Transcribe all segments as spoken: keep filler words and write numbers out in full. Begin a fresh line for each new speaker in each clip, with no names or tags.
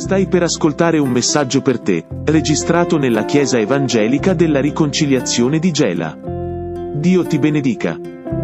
Stai per ascoltare un messaggio per te, registrato nella Chiesa Evangelica della Riconciliazione di Gela. Dio ti benedica.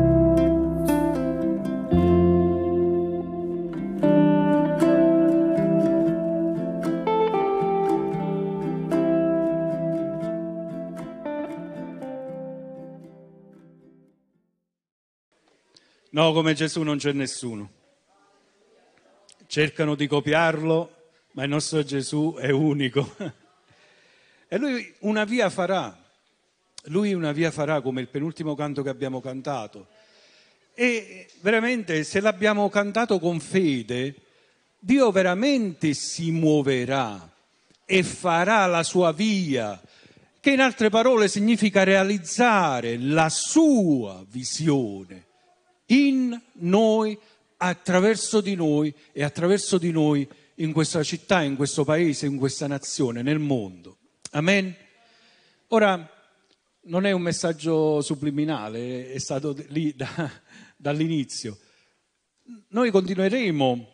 No, come Gesù non c'è nessuno. Cercano di copiarlo, ma il nostro Gesù è unico. E lui una via farà. Lui una via farà, come il penultimo canto che abbiamo cantato. E veramente, se l'abbiamo cantato con fede, Dio veramente si muoverà e farà la sua via, che in altre parole significa realizzare la sua visione in noi, attraverso di noi e attraverso di noi in questa città, in questo paese, in questa nazione, nel mondo. Amen? Ora, non è un messaggio subliminale, è stato lì da, dall'inizio. Noi continueremo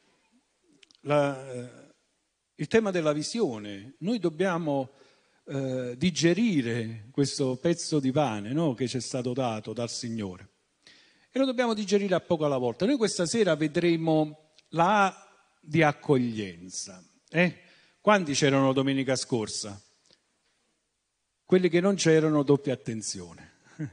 la, il tema della visione. Noi dobbiamo eh, digerire questo pezzo di pane, no, che ci è stato dato dal Signore. E lo dobbiamo digerire a poco alla volta. Noi questa sera vedremo la A di accoglienza. Eh? Quanti c'erano domenica scorsa? Quelli che non c'erano, doppia attenzione.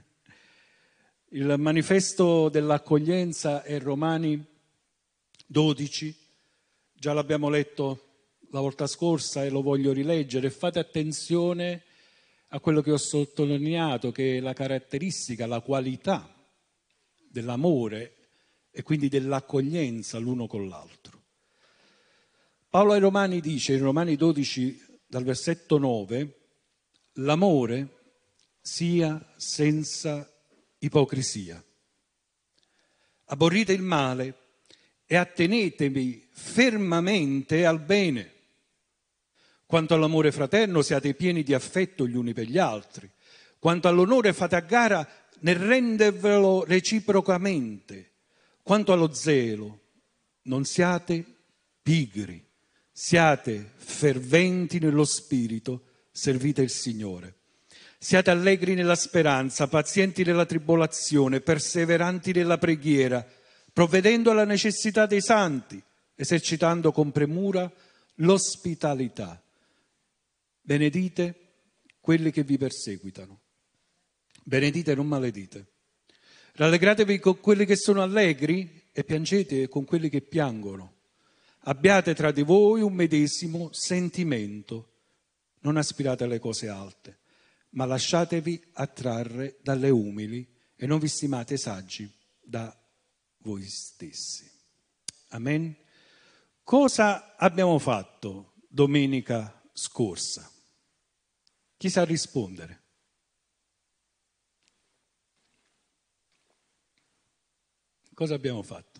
Il manifesto dell'accoglienza è Romani dodici, già l'abbiamo letto la volta scorsa e lo voglio rileggere. Fate attenzione a quello che ho sottolineato, che è la caratteristica, la qualità dell'amore e quindi dell'accoglienza l'uno con l'altro. Paolo ai Romani dice, in Romani dodici, dal versetto nove, l'amore sia senza ipocrisia. Aborrite il male e attenetevi fermamente al bene. Quanto all'amore fraterno siate pieni di affetto gli uni per gli altri. Quanto all'onore fate a gara nel rendervelo reciprocamente. Quanto allo zelo, non siate pigri, siate ferventi nello spirito, servite il Signore. Siate allegri nella speranza, pazienti nella tribolazione, perseveranti nella preghiera, provvedendo alla necessità dei santi, esercitando con premura l'ospitalità. Benedite quelli che vi perseguitano. Benedite e non maledite. Rallegratevi con quelli che sono allegri e piangete con quelli che piangono. Abbiate tra di voi un medesimo sentimento. Non aspirate alle cose alte, ma lasciatevi attrarre dalle umili e non vi stimate saggi da voi stessi. Amen. Cosa abbiamo fatto domenica scorsa? Chi sa rispondere? Cosa abbiamo fatto?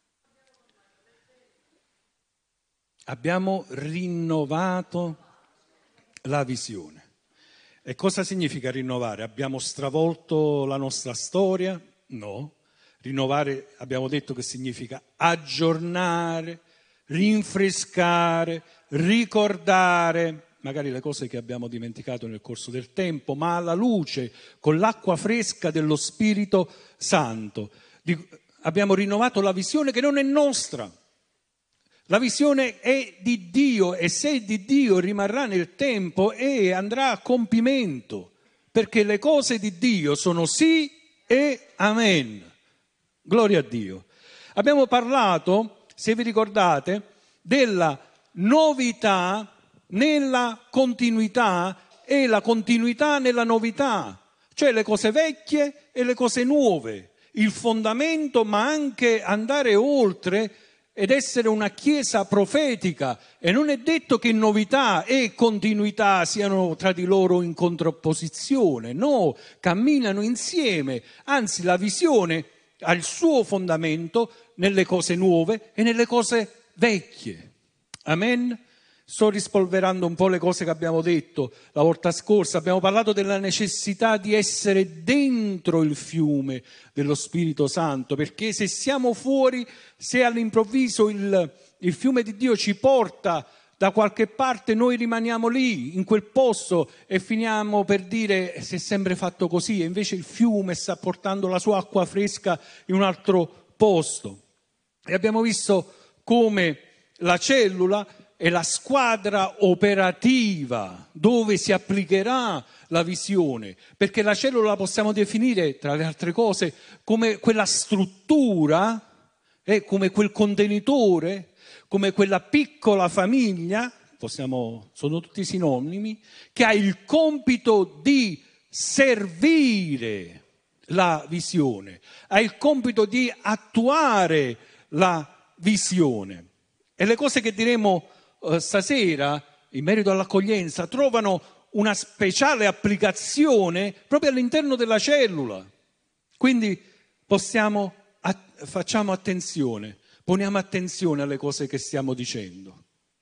Abbiamo rinnovato la visione. E cosa significa rinnovare? Abbiamo stravolto la nostra storia? No. Rinnovare, abbiamo detto che significa aggiornare, rinfrescare, ricordare, magari le cose che abbiamo dimenticato nel corso del tempo, ma alla luce, con l'acqua fresca dello Spirito Santo. Abbiamo rinnovato la visione che non è nostra. La visione è di Dio e se è di Dio rimarrà nel tempo e andrà a compimento, perché le cose di Dio sono sì e amen. Gloria a Dio. Abbiamo parlato, se vi ricordate, della novità nella continuità e la continuità nella novità, cioè le cose vecchie e le cose nuove. Il fondamento, ma anche andare oltre ed essere una chiesa profetica. E non è detto che novità e continuità siano tra di loro in contrapposizione, no, camminano insieme, anzi la visione ha il suo fondamento nelle cose nuove e nelle cose vecchie. Amen? Sto rispolverando un po' le cose che abbiamo detto la volta scorsa. Abbiamo parlato della necessità di essere dentro il fiume dello Spirito Santo, perché se siamo fuori, se all'improvviso il, il fiume di Dio ci porta da qualche parte, noi rimaniamo lì, in quel posto, e finiamo per dire si è sempre fatto così, e invece il fiume sta portando la sua acqua fresca in un altro posto. E abbiamo visto come la cellula è la squadra operativa dove si applicherà la visione, perché la cellula la possiamo definire, tra le altre cose, come quella struttura, eh, come quel contenitore, come quella piccola famiglia, possiamo, sono tutti sinonimi, che ha il compito di servire la visione, ha il compito di attuare la visione. E le cose che diremo uh, stasera in merito all'accoglienza trovano una speciale applicazione proprio all'interno della cellula. Quindi possiamo, att- facciamo attenzione, poniamo attenzione alle cose che stiamo dicendo.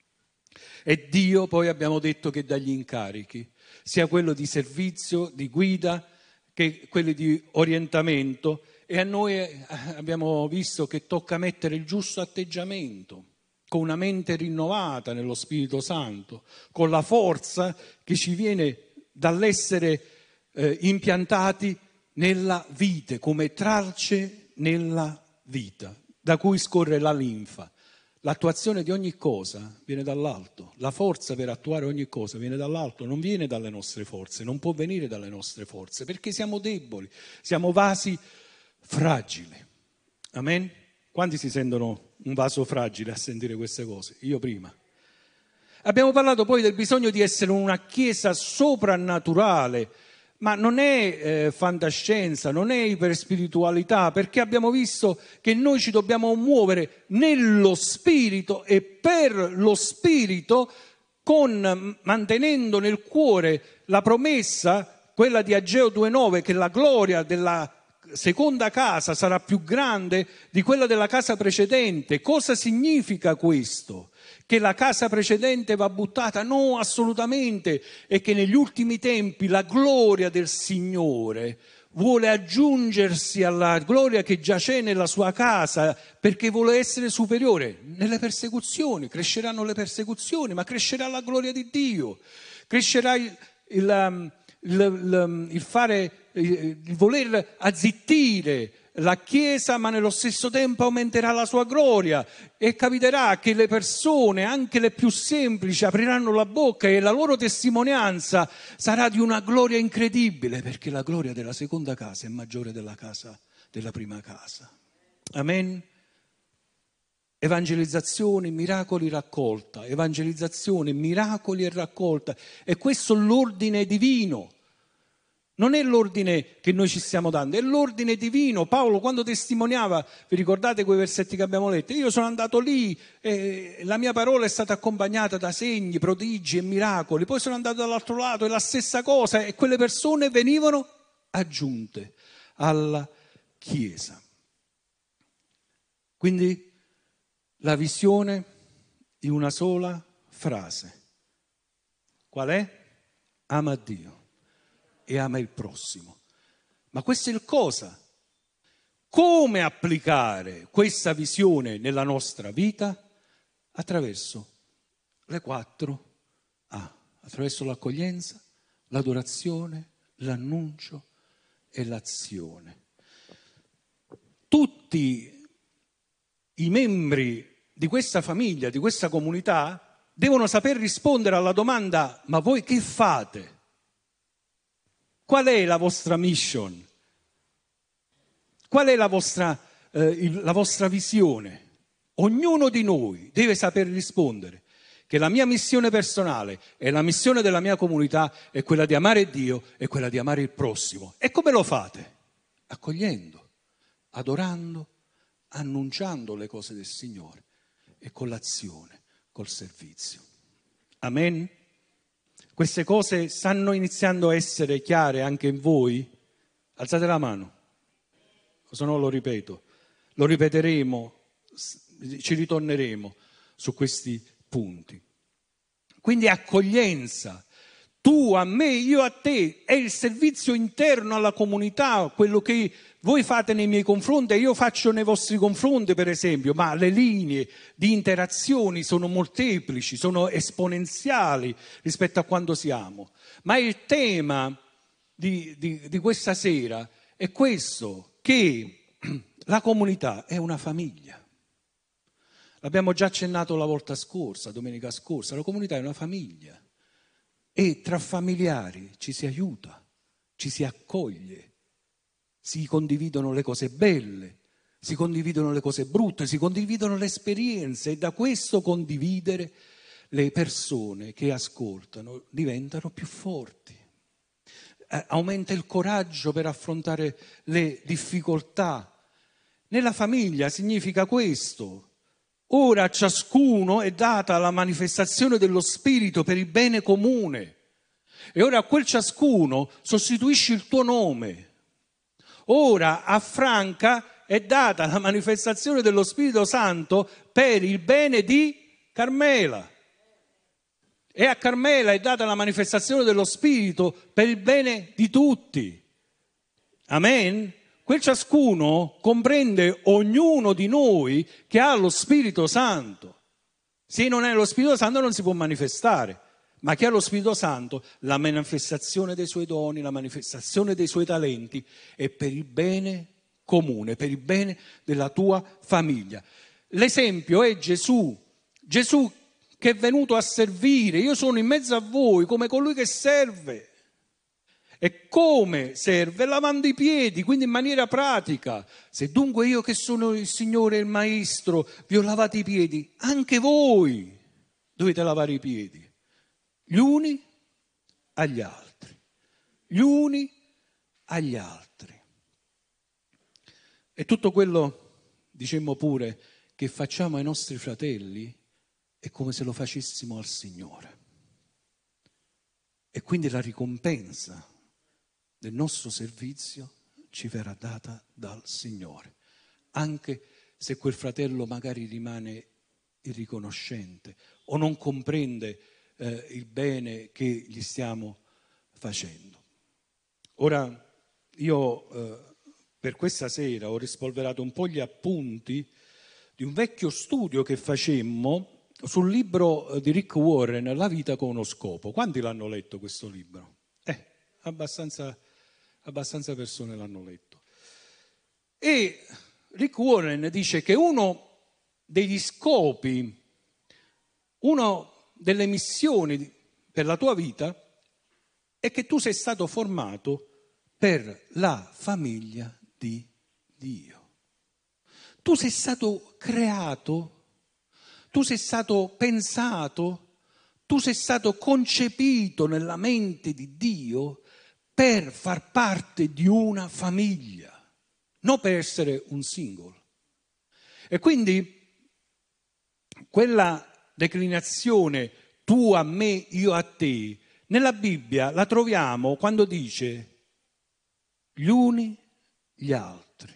E Dio, poi abbiamo detto, che dà gli incarichi, sia quello di servizio, di guida, che quelli di orientamento. E a noi abbiamo visto che tocca mettere il giusto atteggiamento, con una mente rinnovata nello Spirito Santo, con la forza che ci viene dall'essere eh, impiantati nella vite, come tralce nella vita, da cui scorre la linfa. L'attuazione di ogni cosa viene dall'alto, la forza per attuare ogni cosa viene dall'alto, non viene dalle nostre forze, non può venire dalle nostre forze, perché siamo deboli, siamo vasi fragili. Amen? Quanti si sentono un vaso fragile a sentire queste cose? Io prima. Abbiamo parlato poi del bisogno di essere una chiesa soprannaturale, ma non è eh, fantascienza, non è iperspiritualità, perché abbiamo visto che noi ci dobbiamo muovere nello Spirito e per lo Spirito, con, mantenendo nel cuore la promessa, quella di Ageo due nove, che la gloria della seconda casa sarà più grande di quella della casa precedente. Cosa significa questo? Che la casa precedente va buttata? No, assolutamente. E che negli ultimi tempi la gloria del Signore vuole aggiungersi alla gloria che già c'è nella sua casa, perché vuole essere superiore. Nelle persecuzioni, cresceranno le persecuzioni, ma crescerà la gloria di Dio, crescerà il, il, il, il, il fare, il voler azzittire la Chiesa, ma nello stesso tempo aumenterà la sua gloria, e capiterà che le persone, anche le più semplici, apriranno la bocca e la loro testimonianza sarà di una gloria incredibile, perché la gloria della seconda casa è maggiore della casa della prima casa. Amen? Evangelizzazione, miracoli, raccolta. Evangelizzazione, miracoli e raccolta. E questo è l'ordine divino. Non è l'ordine che noi ci stiamo dando, è l'ordine divino. Paolo, quando testimoniava, vi ricordate quei versetti che abbiamo letto? Io sono andato lì e la mia parola è stata accompagnata da segni, prodigi e miracoli. Poi sono andato dall'altro lato, è la stessa cosa, e quelle persone venivano aggiunte alla Chiesa. Quindi la visione di una sola frase. Qual è? Ama Dio e ama il prossimo. Ma questo è il cosa. Come applicare questa visione nella nostra vita? Attraverso le quattro A, attraverso l'accoglienza, l'adorazione, l'annuncio e l'azione. Tutti i membri di questa famiglia, di questa comunità, devono saper rispondere alla domanda: ma voi che fate? Qual è la vostra mission? Qual è la vostra, eh, il, la vostra visione? Ognuno di noi deve saper rispondere che la mia missione personale e la missione della mia comunità è quella di amare Dio e quella di amare il prossimo. E come lo fate? Accogliendo, adorando, annunciando le cose del Signore e con l'azione, col servizio. Amen? Queste cose stanno iniziando a essere chiare anche in voi? Alzate la mano, se no lo ripeto, lo ripeteremo, ci ritorneremo su questi punti. Quindi accoglienza, tu a me, io a te, è il servizio interno alla comunità, quello che voi fate nei miei confronti e io faccio nei vostri confronti, per esempio, ma le linee di interazioni sono molteplici, sono esponenziali rispetto a quando siamo. Ma il tema di, di, di questa sera è questo, che la comunità è una famiglia. L'abbiamo già accennato la volta scorsa, domenica scorsa, la comunità è una famiglia e tra familiari ci si aiuta, ci si accoglie, si condividono le cose belle, si condividono le cose brutte, si condividono le esperienze e da questo condividere le persone che ascoltano diventano più forti. Eh, aumenta il coraggio per affrontare le difficoltà. Nella famiglia significa questo. Ora a ciascuno è data la manifestazione dello Spirito per il bene comune. E ora a quel ciascuno sostituisci il tuo nome. Ora a Franca è data la manifestazione dello Spirito Santo per il bene di Carmela. E a Carmela è data la manifestazione dello Spirito per il bene di tutti. Amen? Quel ciascuno comprende ognuno di noi che ha lo Spirito Santo. Se non è lo Spirito Santo non si può manifestare, ma chi ha lo Spirito Santo, la manifestazione dei suoi doni, la manifestazione dei suoi talenti è per il bene comune, per il bene della tua famiglia. L'esempio è Gesù, Gesù che è venuto a servire. Io sono in mezzo a voi come colui che serve. E come serve? Lavando i piedi, quindi in maniera pratica. Se dunque io che sono il Signore e il Maestro vi ho lavato i piedi, anche voi dovete lavare i piedi. Gli uni agli altri. Gli uni agli altri. E tutto quello, dicemmo pure, che facciamo ai nostri fratelli è come se lo facessimo al Signore. E quindi la ricompensa del nostro servizio ci verrà data dal Signore, anche se quel fratello magari rimane irriconoscente o non comprende eh, il bene che gli stiamo facendo. Ora, io eh, per questa sera ho rispolverato un po' gli appunti di un vecchio studio che facemmo sul libro di Rick Warren, La vita con uno scopo. Quanti l'hanno letto questo libro? Eh, abbastanza... Abbastanza persone l'hanno letto. E Rick Warren dice che uno degli scopi, una delle missioni per la tua vita è che tu sei stato formato per la famiglia di Dio. Tu sei stato creato, tu sei stato pensato, tu sei stato concepito nella mente di Dio per far parte di una famiglia, non per essere un singolo. E quindi quella declinazione tu a me, io a te, nella Bibbia la troviamo quando dice gli uni gli altri.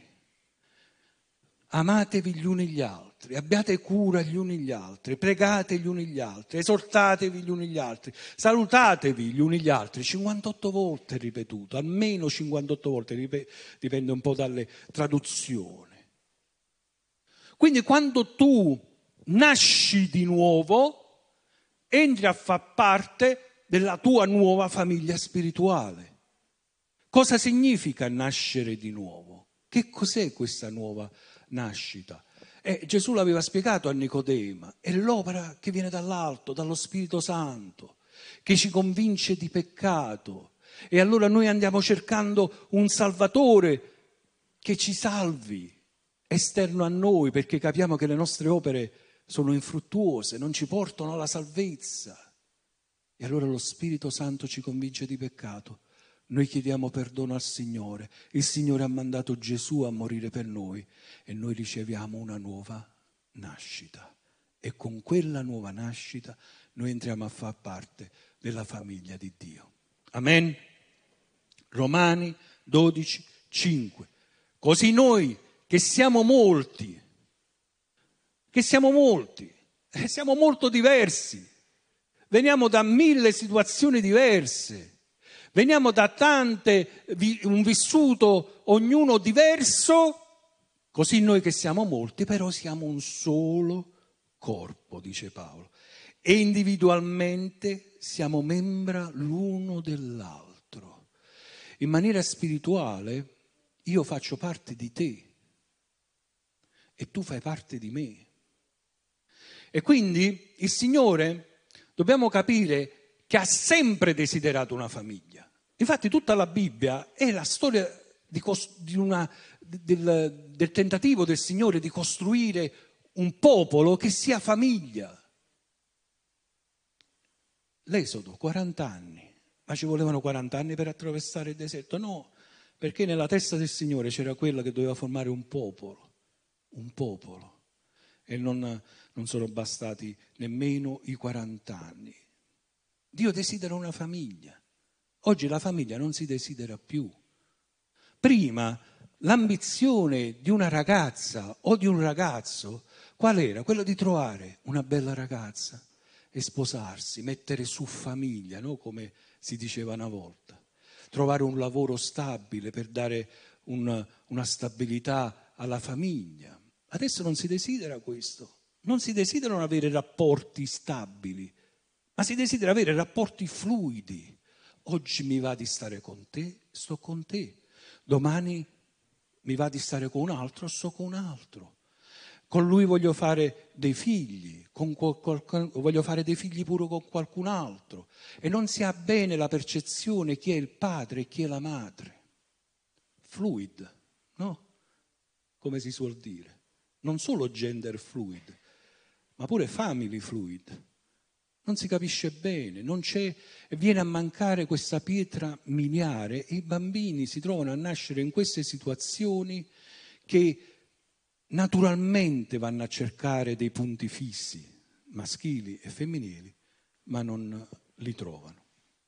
Amatevi gli uni gli altri. Abbiate cura gli uni gli altri, pregate gli uni gli altri, esortatevi gli uni gli altri, salutatevi gli uni gli altri, cinquantotto volte ripetuto, almeno cinquantotto volte, dipende un po' dalle traduzioni. Quindi quando tu nasci di nuovo, entri a far parte della tua nuova famiglia spirituale. Cosa significa nascere di nuovo? Che cos'è questa nuova nascita? Eh, Gesù l'aveva spiegato a Nicodema, è l'opera che viene dall'alto, dallo Spirito Santo, che ci convince di peccato. E allora noi andiamo cercando un Salvatore che ci salvi, esterno a noi, perché capiamo che le nostre opere sono infruttuose, non ci portano alla salvezza. E allora lo Spirito Santo ci convince di peccato. Noi chiediamo perdono al Signore, il Signore ha mandato Gesù a morire per noi e noi riceviamo una nuova nascita. E con quella nuova nascita noi entriamo a far parte della famiglia di Dio. Amen? Romani dodici, cinque. Così noi che siamo molti, che siamo molti, eh, siamo molto diversi, veniamo da mille situazioni diverse, veniamo da tante, un vissuto ognuno diverso, così noi che siamo molti, però siamo un solo corpo, dice Paolo, e individualmente siamo membra l'uno dell'altro. In maniera spirituale io faccio parte di te e tu fai parte di me. E quindi il Signore, dobbiamo capire che ha sempre desiderato una famiglia. Infatti tutta la Bibbia è la storia di, di una, del, del tentativo del Signore di costruire un popolo che sia famiglia. L'Esodo, quaranta anni. Ma ci volevano quaranta anni per attraversare il deserto? No, perché nella testa del Signore c'era quella che doveva formare un popolo. Un popolo, e non, non sono bastati nemmeno i quaranta anni. Dio desidera una famiglia. Oggi la famiglia non si desidera più. Prima l'ambizione di una ragazza o di un ragazzo qual era? Quello di trovare una bella ragazza e sposarsi, mettere su famiglia, no? Come si diceva una volta. Trovare un lavoro stabile per dare un, una stabilità alla famiglia. Adesso non si desidera questo, non si desiderano avere rapporti stabili, ma si desidera avere rapporti fluidi. Oggi mi va di stare con te, sto con te. Domani mi va di stare con un altro, sto con un altro. Con lui voglio fare dei figli, con qual- voglio fare dei figli pure con qualcun altro. E non si ha bene la percezione chi è il padre e chi è la madre. Fluid, no? Come si suol dire. Non solo gender fluid, ma pure family fluid. Non si capisce bene, non c'è, e viene a mancare questa pietra miliare e i bambini si trovano a nascere in queste situazioni che naturalmente vanno a cercare dei punti fissi, maschili e femminili, ma non li trovano.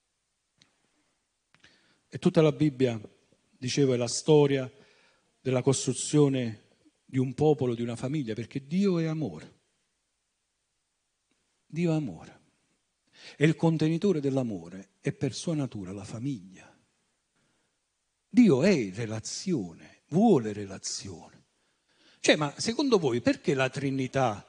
E tutta la Bibbia, dicevo, è la storia della costruzione di un popolo, di una famiglia, perché Dio è amore. Dio è amore. E il contenitore dell'amore è per sua natura la famiglia. Dio è relazione, vuole relazione. Cioè, ma secondo voi perché la Trinità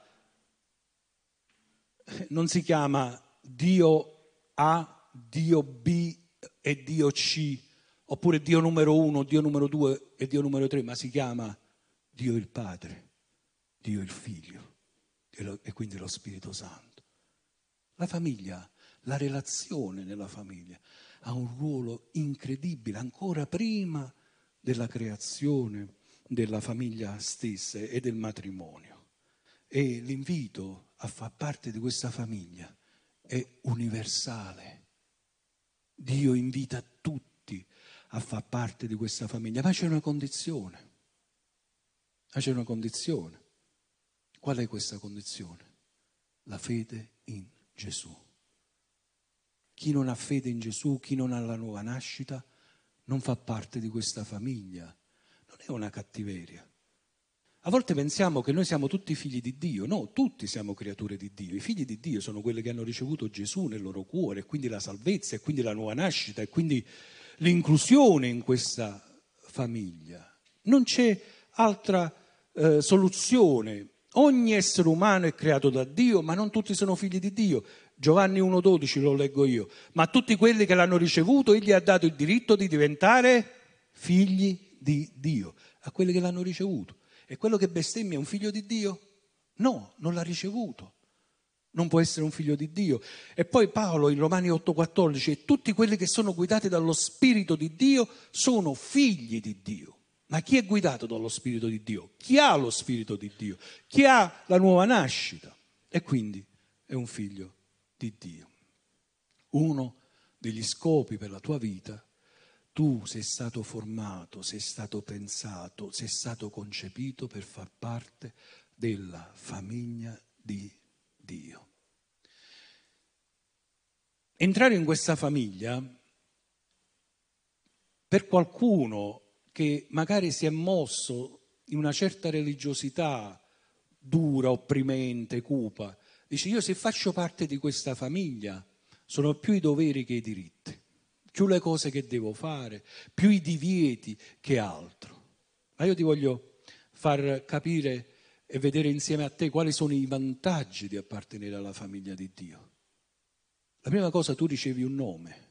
non si chiama Dio A, Dio B e Dio C, oppure Dio numero uno, Dio numero due e Dio numero tre, ma si chiama Dio il Padre, Dio il Figlio e, lo, e quindi lo Spirito Santo. La famiglia, la relazione nella famiglia ha un ruolo incredibile, ancora prima della creazione della famiglia stessa e del matrimonio. E l'invito a far parte di questa famiglia è universale. Dio invita tutti a far parte di questa famiglia, ma c'è una condizione. Ma c'è una condizione. Qual è questa condizione? La fede in Gesù. Chi non ha fede in Gesù, chi non ha la nuova nascita, non fa parte di questa famiglia. Non è una cattiveria. A volte pensiamo che noi siamo tutti figli di Dio. No, tutti siamo creature di Dio. I figli di Dio sono quelli che hanno ricevuto Gesù nel loro cuore, e quindi la salvezza, e quindi la nuova nascita, e quindi l'inclusione in questa famiglia. Non c'è altra eh, soluzione. Ogni essere umano è creato da Dio, ma non tutti sono figli di Dio. Giovanni uno dodici lo leggo io. Ma a tutti quelli che l'hanno ricevuto, egli ha dato il diritto di diventare figli di Dio. A quelli che l'hanno ricevuto. E quello che bestemmia è un figlio di Dio? No, non l'ha ricevuto. Non può essere un figlio di Dio. E poi Paolo in Romani otto quattordici, e tutti quelli che sono guidati dallo Spirito di Dio sono figli di Dio. Ma chi è guidato dallo Spirito di Dio? Chi ha lo Spirito di Dio? Chi ha la nuova nascita? E quindi è un figlio di Dio. Uno degli scopi per la tua vita, tu sei stato formato, sei stato pensato, sei stato concepito per far parte della famiglia di Dio. Entrare in questa famiglia, per qualcuno che magari si è mosso in una certa religiosità dura, opprimente, cupa, Dice, io se faccio parte di questa famiglia sono più i doveri che i diritti, più le cose che devo fare, più i divieti che altro. Ma io ti voglio far capire e vedere insieme a te quali sono i vantaggi di appartenere alla famiglia di Dio. La prima cosa, tu ricevi un nome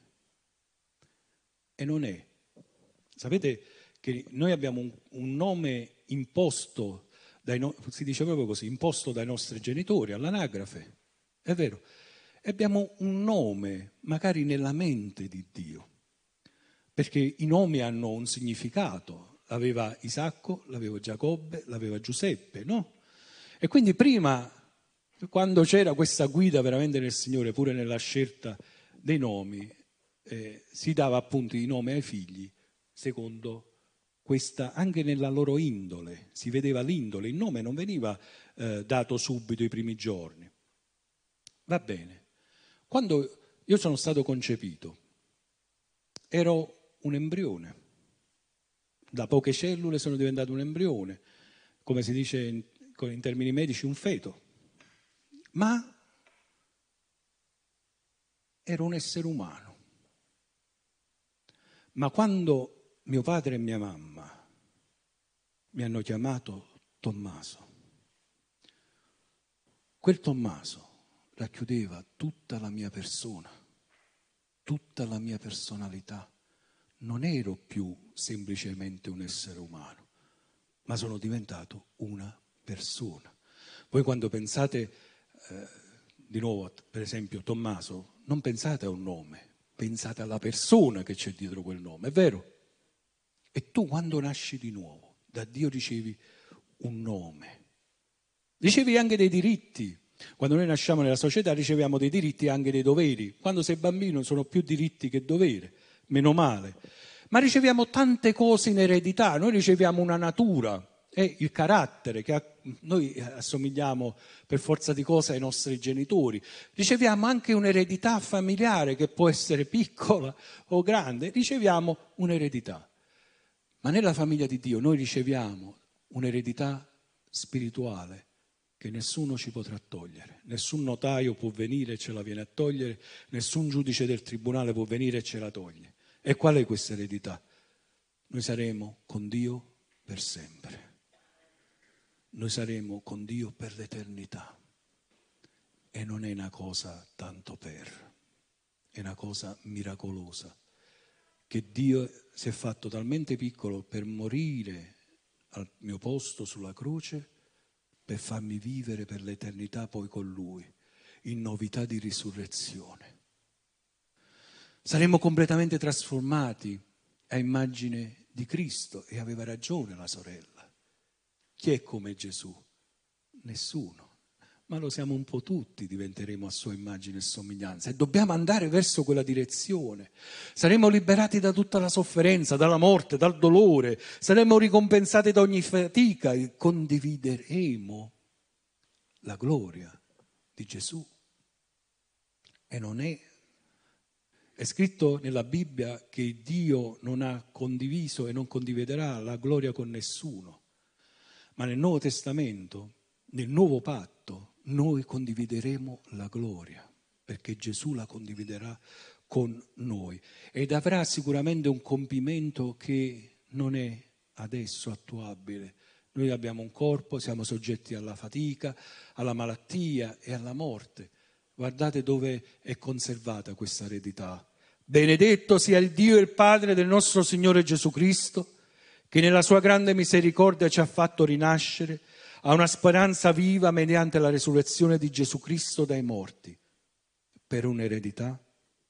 e non è. Sapete che noi abbiamo un, un nome imposto, dai no, si dice proprio così, imposto dai nostri genitori all'anagrafe, è vero. E abbiamo un nome magari nella mente di Dio, perché i nomi hanno un significato. L'aveva Isacco, l'aveva Giacobbe, l'aveva Giuseppe, no? E quindi prima, quando c'era questa guida veramente nel Signore, pure nella scelta dei nomi, eh, si dava appunto i nomi ai figli secondo questa, anche nella loro indole, si vedeva l'indole, il nome non veniva eh, dato subito i primi giorni. Va bene, quando io sono stato concepito, ero un embrione, da poche cellule sono diventato un embrione, come si dice in, in termini medici un feto, ma ero un essere umano. Ma quando mio padre e mia mamma mi hanno chiamato Tommaso, quel Tommaso racchiudeva tutta la mia persona, tutta la mia personalità. Non ero più semplicemente un essere umano, ma sono diventato una persona. Voi quando pensate, eh, di nuovo, per esempio, Tommaso, non pensate a un nome, pensate alla persona che c'è dietro quel nome, è vero? E tu quando nasci di nuovo, da Dio ricevi un nome, ricevi anche dei diritti. Quando noi nasciamo nella società riceviamo dei diritti e anche dei doveri. Quando sei bambino sono più diritti che doveri, meno male. Ma riceviamo tante cose in eredità, noi riceviamo una natura e il carattere, che ha, noi assomigliamo per forza di cose ai nostri genitori. Riceviamo anche un'eredità familiare che può essere piccola o grande, riceviamo un'eredità. Ma nella famiglia di Dio noi riceviamo un'eredità spirituale che nessuno ci potrà togliere, nessun notaio può venire e ce la viene a togliere, nessun giudice del tribunale può venire e ce la toglie. E qual è questa eredità? Noi saremo con Dio per sempre, noi saremo con Dio per l'eternità e non è una cosa tanto per, è una cosa miracolosa, che Dio si è fatto talmente piccolo per morire al mio posto sulla croce, per farmi vivere per l'eternità poi con Lui, in novità di risurrezione. Saremo completamente trasformati a immagine di Cristo, e aveva ragione la sorella. Chi è come Gesù? Nessuno. Ma lo siamo un po' tutti, diventeremo a sua immagine e somiglianza e dobbiamo andare verso quella direzione. Saremo liberati da tutta la sofferenza, dalla morte, dal dolore, saremo ricompensati da ogni fatica e condivideremo la gloria di Gesù. E non è, è scritto nella Bibbia che Dio non ha condiviso e non condividerà la gloria con nessuno, ma nel Nuovo Testamento, nel Nuovo Patto, noi condivideremo la gloria, perché Gesù la condividerà con noi ed avrà sicuramente un compimento che non è adesso attuabile. Noi abbiamo un corpo, siamo soggetti alla fatica, alla malattia e alla morte. Guardate dove è conservata questa eredità. Benedetto sia il Dio e il Padre del nostro Signore Gesù Cristo, che nella sua grande misericordia ci ha fatto rinascere a una speranza viva mediante la resurrezione di Gesù Cristo dai morti, per un'eredità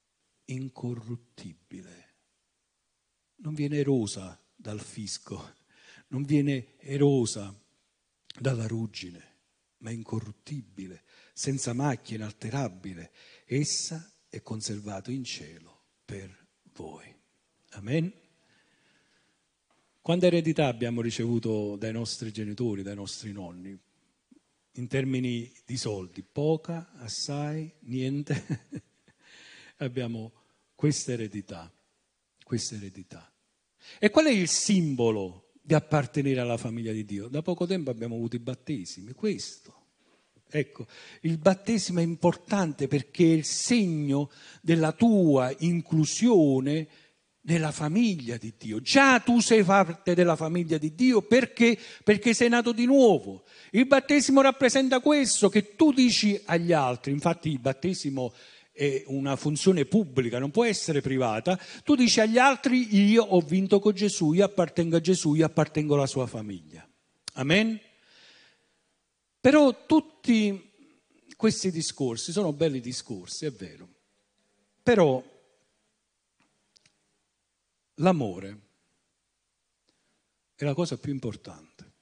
incorruttibile. Non viene erosa dal fisco, non viene erosa dalla ruggine, ma incorruttibile, senza macchia, inalterabile. Essa è conservata in cielo per voi. Amen. Quanta eredità abbiamo ricevuto dai nostri genitori, dai nostri nonni? In termini di soldi, poca, assai, niente. Abbiamo questa eredità, questa eredità. E qual è il simbolo di appartenere alla famiglia di Dio? Da poco tempo abbiamo avuto i battesimi, questo Ecco, il battesimo è importante perché è il segno della tua inclusione nella famiglia di Dio. Già tu sei parte della famiglia di Dio perché? Perché sei nato di nuovo. Il battesimo rappresenta questo che tu dici agli altri, infatti il battesimo è una funzione pubblica, non può essere privata, tu dici agli altri io ho vinto con Gesù, io appartengo a Gesù, io appartengo alla sua famiglia. Amen? Però tutti questi discorsi sono belli discorsi, è vero, però l'amore è la cosa più importante.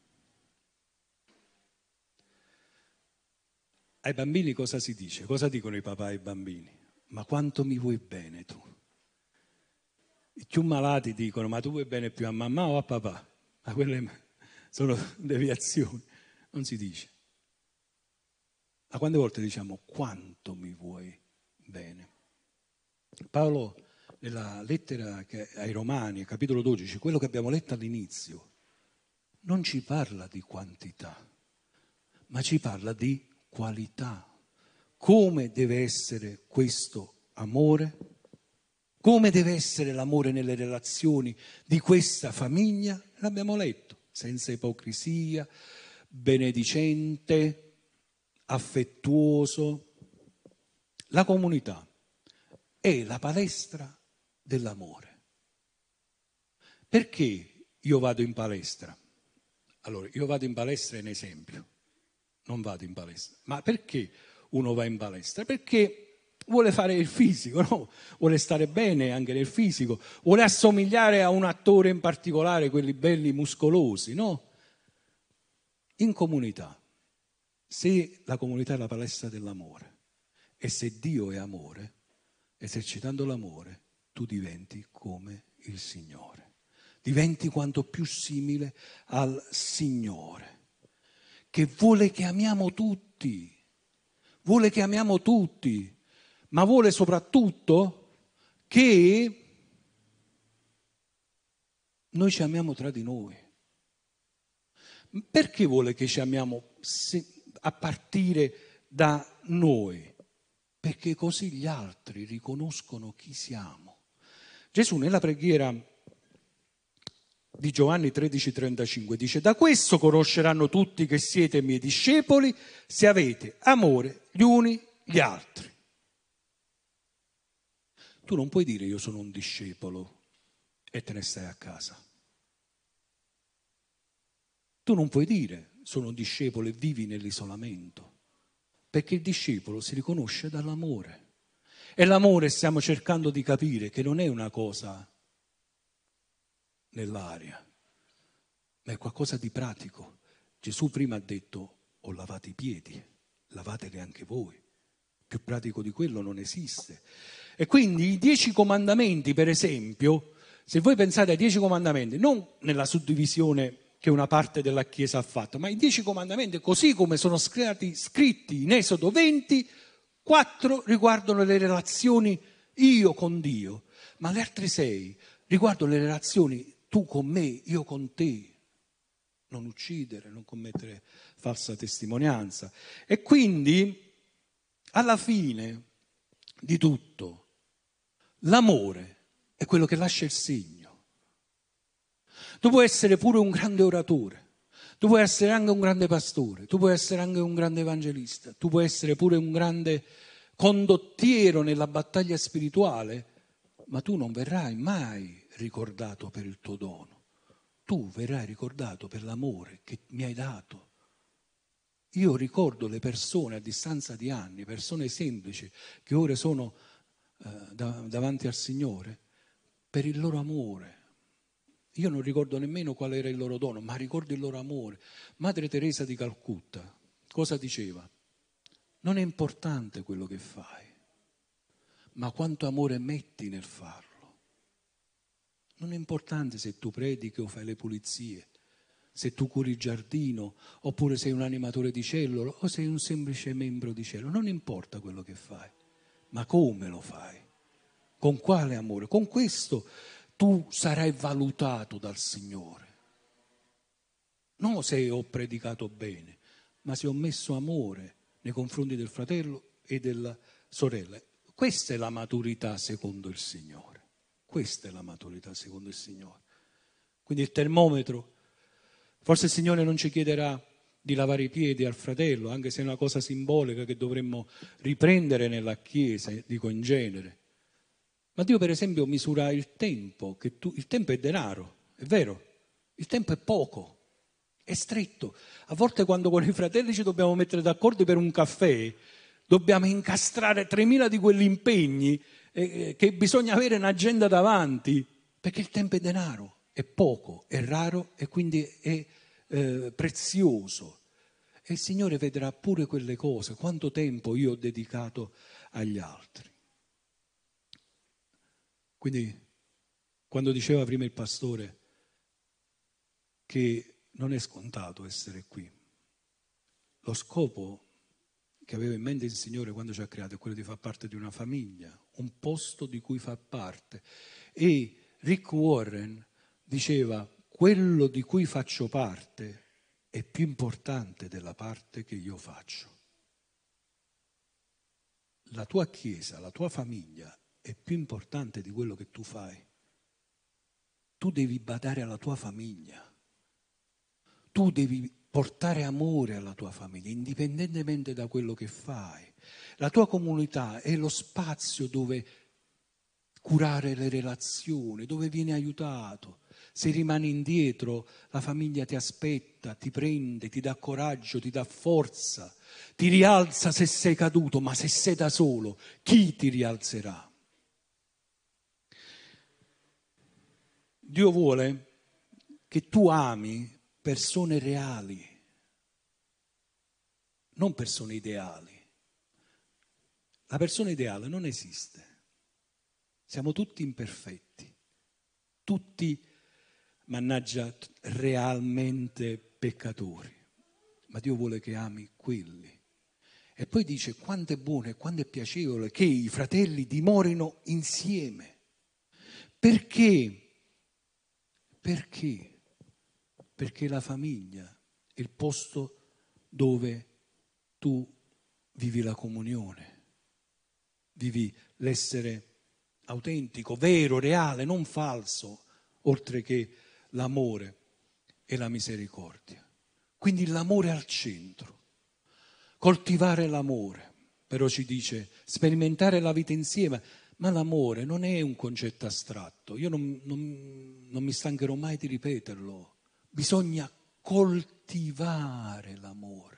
Ai bambini cosa si dice? Cosa dicono i papà ai bambini? Ma quanto mi vuoi bene tu? I più malati dicono, ma tu vuoi bene più a mamma o a papà? Ma quelle sono deviazioni, non si dice. Ma quante volte diciamo quanto mi vuoi bene? Paolo nella lettera ai Romani, capitolo dodici, quello che abbiamo letto all'inizio, non ci parla di quantità, ma ci parla di qualità. Come deve essere questo amore? Come deve essere l'amore nelle relazioni di questa famiglia? L'abbiamo letto, senza ipocrisia, benedicente, affettuoso. La comunità è la palestra dell'amore. Perché io vado in palestra? Allora, io vado in palestra in esempio, non vado in palestra. Ma perché uno va in palestra? Perché vuole fare il fisico, no? Vuole stare bene anche nel fisico, vuole assomigliare a un attore in particolare, quelli belli muscolosi, no? In comunità. Se la comunità è la palestra dell'amore e se Dio è amore, esercitando l'amore, tu diventi come il Signore. Diventi quanto più simile al Signore, che vuole che amiamo tutti, vuole che amiamo tutti, ma vuole soprattutto che noi ci amiamo tra di noi. Perché vuole che ci amiamo a partire da noi? Perché così gli altri riconoscono chi siamo. Gesù nella preghiera di Giovanni tredici trentacinque dice: da questo conosceranno tutti che siete miei discepoli, se avete amore gli uni gli altri. Tu non puoi dire io sono un discepolo e te ne stai a casa. Tu non puoi dire sono un discepolo e vivi nell'isolamento, perché il discepolo si riconosce dall'amore. E l'amore stiamo cercando di capire che non è una cosa nell'aria, ma è qualcosa di pratico. Gesù prima ha detto ho lavato i piedi, lavateli anche voi. Più pratico di quello non esiste. E quindi i dieci comandamenti, per esempio, se voi pensate ai dieci comandamenti, non nella suddivisione che una parte della Chiesa ha fatto, ma i dieci comandamenti, così come sono scritti, scritti in Esodo venti, quattro riguardano le relazioni io con Dio, ma le altre sei riguardano le relazioni tu con me, io con te. Non uccidere, non commettere falsa testimonianza. E quindi, alla fine di tutto, l'amore è quello che lascia il segno. Tu puoi essere pure un grande oratore, tu puoi essere anche un grande pastore, tu puoi essere anche un grande evangelista, tu puoi essere pure un grande condottiero nella battaglia spirituale, ma tu non verrai mai ricordato per il tuo dono. Tu verrai ricordato per l'amore che mi hai dato. Io ricordo le persone a distanza di anni, persone semplici che ora sono eh, da, davanti al Signore, per il loro amore. Io non ricordo nemmeno qual era il loro dono, ma ricordo il loro amore. Madre Teresa di Calcutta cosa diceva? Non è importante quello che fai, ma quanto amore metti nel farlo. Non è importante se tu predichi o fai le pulizie, se tu curi il giardino, oppure sei un animatore di cellula o sei un semplice membro di cellula. Non importa quello che fai, ma come lo fai, con quale amore. Con questo tu sarai valutato dal Signore. Non se ho predicato bene, ma se ho messo amore nei confronti del fratello e della sorella. Questa è la maturità secondo il Signore. Questa è la maturità secondo il Signore. Quindi il termometro, forse il Signore non ci chiederà di lavare i piedi al fratello, anche se è una cosa simbolica che dovremmo riprendere nella Chiesa, dico in genere. Ma Dio per esempio misura il tempo, che tu, il tempo è denaro, è vero, il tempo è poco, è stretto. A volte quando con i fratelli ci dobbiamo mettere d'accordo per un caffè, dobbiamo incastrare tremila di quegli impegni eh, che bisogna avere un'agenda davanti, perché il tempo è denaro, è poco, è raro e quindi è eh, prezioso. E il Signore vedrà pure quelle cose, quanto tempo io ho dedicato agli altri. Quindi, quando diceva prima il pastore che non è scontato essere qui, lo scopo che aveva in mente il Signore quando ci ha creato è quello di far parte di una famiglia, un posto di cui far parte. E Rick Warren diceva: quello di cui faccio parte è più importante della parte che io faccio. La tua chiesa, la tua famiglia è più importante di quello che tu fai. Tu devi badare alla tua famiglia. Tu devi portare amore alla tua famiglia, indipendentemente da quello che fai. La tua comunità è lo spazio dove curare le relazioni, dove vieni aiutato. Se rimani indietro, la famiglia ti aspetta, ti prende, ti dà coraggio, ti dà forza, ti rialza se sei caduto, ma se sei da solo, chi ti rialzerà? Dio vuole che tu ami persone reali, non persone ideali. La persona ideale non esiste. Siamo tutti imperfetti, tutti, mannaggia, realmente peccatori. Ma Dio vuole che ami quelli. E poi dice quanto è buono e quanto è piacevole che i fratelli dimorino insieme. Perché? Perché? Perché la famiglia è il posto dove tu vivi la comunione, vivi l'essere autentico, vero, reale, non falso, oltre che l'amore e la misericordia. Quindi l'amore al centro, coltivare l'amore, però ci dice sperimentare la vita insieme, ma l'amore non è un concetto astratto, io non, non, non mi stancherò mai di ripeterlo, bisogna coltivare l'amore.